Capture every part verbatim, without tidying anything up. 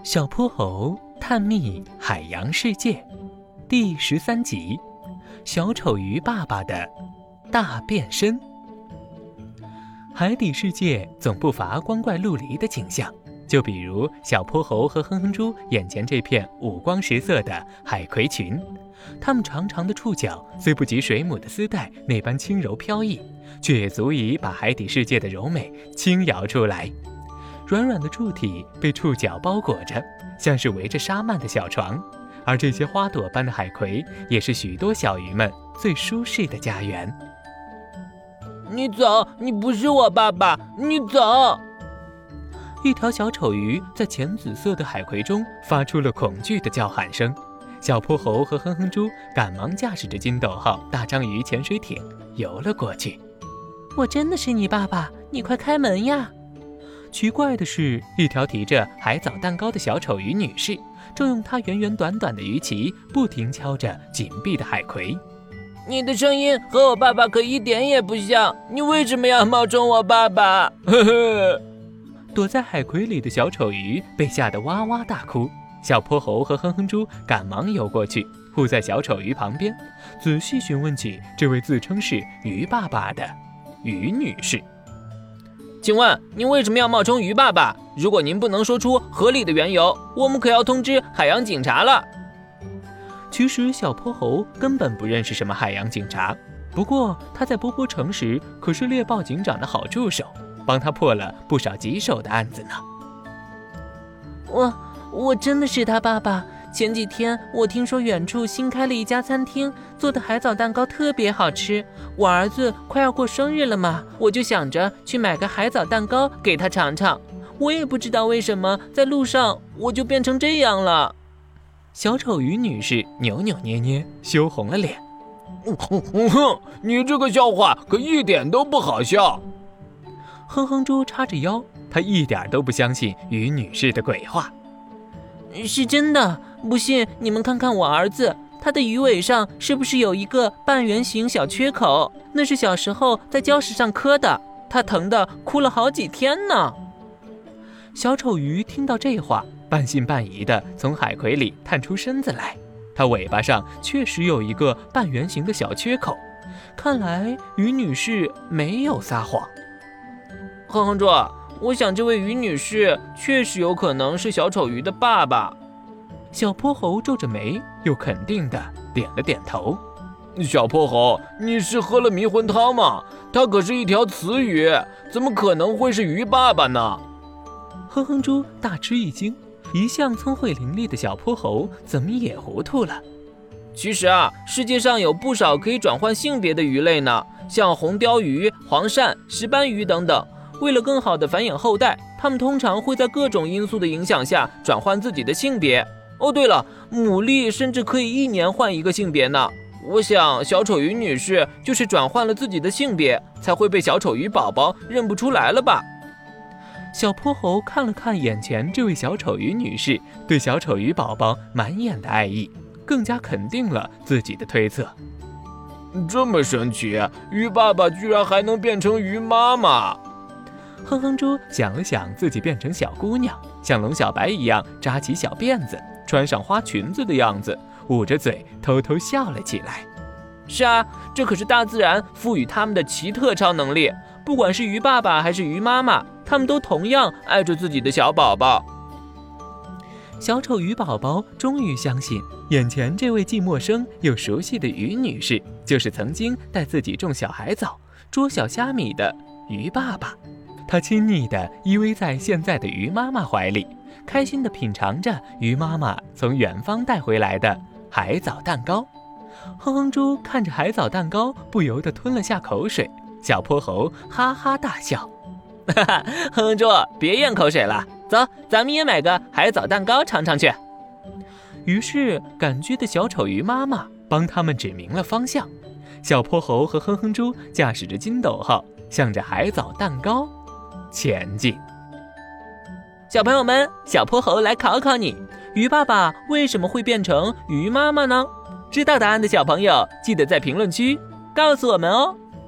小泼猴探秘海洋世界第十三集：小丑鱼爸爸的大变身。海底世界总不乏光怪陆离的景象，就比如小泼猴和哼哼猪眼前这片五光十色的海葵群，它们长长的触角虽不及水母的丝带那般轻柔飘逸，却也足以把海底世界的柔美轻摇出来。软软的柱体被触角包裹着，像是围着沙幔的小床，而这些花朵般的海葵也是许多小鱼们最舒适的家园。 你走，你不是我爸爸，你走！ 一条小丑鱼在浅紫色的海葵中发出了恐惧的叫喊声。小泼猴和哼哼猪赶忙驾驶着金斗号大章鱼潜水艇游了过去。 我真的是你爸爸，你快开门呀！ 奇怪的是，一条提着海藻蛋糕的小丑鱼女士正用她圆圆短短的鱼鳍不停敲着紧闭的海葵。 你的声音和我爸爸可一点也不像，你为什么要冒充我爸爸？呵呵。 躲在海葵里的小丑鱼被吓得哇哇大哭。小泼猴和哼哼猪赶忙游过去，护在小丑鱼旁边，仔细询问起这位自称是鱼爸爸的鱼女士。 请问您为什么要冒充鱼爸爸？如果您不能说出合理的缘由，我们可要通知海洋警察了。 其实小泼猴根本不认识什么海洋警察，不过他在波波城时可是猎豹警长的好助手，帮他破了不少棘手的案子呢。 我我真的是他爸爸。前几天我听说远处新开了一家餐厅，做的海藻蛋糕特别好吃。我儿子快要过生日了嘛，我就想着去买个海藻蛋糕给他尝尝。我也不知道为什么在路上我就变成这样了。 小丑鱼女士扭扭捏捏，羞红了脸。 哼，你这个笑话可一点都不好笑。 哼哼猪叉着腰，他一点都不相信鱼女士的鬼话。 是真的，不信你们看看我儿子，他的鱼尾上是不是有一个半圆形小缺口？那是小时候在礁石上磕的，他疼得哭了好几天呢。 小丑鱼听到这话，半信半疑地从海葵里探出身子来，它尾巴上确实有一个半圆形的小缺口，看来鱼女士没有撒谎。 哼哼猪，我想这位鱼女士确实有可能是小丑鱼的爸爸。 小泼猴皱着眉，又肯定地点了点头。 小泼猴，你是喝了迷魂汤吗？它可是一条雌鱼，怎么可能会是鱼爸爸呢？ 哼哼猪大吃一惊，一向聪慧伶俐的小泼猴怎么也糊涂了。 其实啊，世界上有不少可以转换性别的鱼类呢，像红鲷鱼、黄鳝、石斑鱼等等。为了更好的繁衍后代，它们通常会在各种因素的影响下转换自己的性别。哦，对了，牡蛎甚至可以一年换一个性别呢。我想小丑鱼女士就是转换了自己的性别，才会被小丑鱼宝宝认不出来了吧。 小泼猴看了看眼前这位小丑鱼女士，对小丑鱼宝宝满眼的爱意，更加肯定了自己的推测。 这么神奇，鱼爸爸居然还能变成鱼妈妈。 哼哼猪想了想自己变成小姑娘，像龙小白一样扎起小辫子，穿上花裙子的样子，捂着嘴偷偷笑了起来。 是啊，这可是大自然赋予他们的奇特超能力，不管是鱼爸爸还是鱼妈妈，他们都同样爱着自己的小宝宝。 小丑鱼宝宝终于相信，眼前这位既陌生又熟悉的鱼女士，就是曾经带自己种小海藻、捉小虾米的鱼爸爸。他亲昵地依偎在现在的鱼妈妈怀里，开心地品尝着鱼妈妈从远方带回来的海藻蛋糕。哼哼猪看着海藻蛋糕，不由得吞了下口水。小泼猴哈哈大笑。 哈哈，哼哼猪，别咽口水了，走，咱们也买个海藻蛋糕尝尝去。 于是赶居的小丑鱼妈妈帮他们指明了方向。小泼猴和哼哼猪驾驶着金斗号，向着海藻蛋糕前进。 小朋友们，小泼猴来考考你，鱼爸爸为什么会变成鱼妈妈呢？知道答案的小朋友记得在评论区告诉我们哦。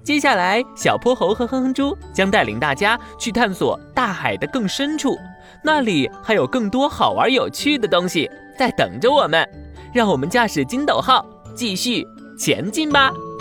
接下来，小泼猴和哼哼猪将带领大家去探索大海的更深处，那里还有更多好玩有趣的东西在等着我们。让我们驾驶筋斗号继续前进吧。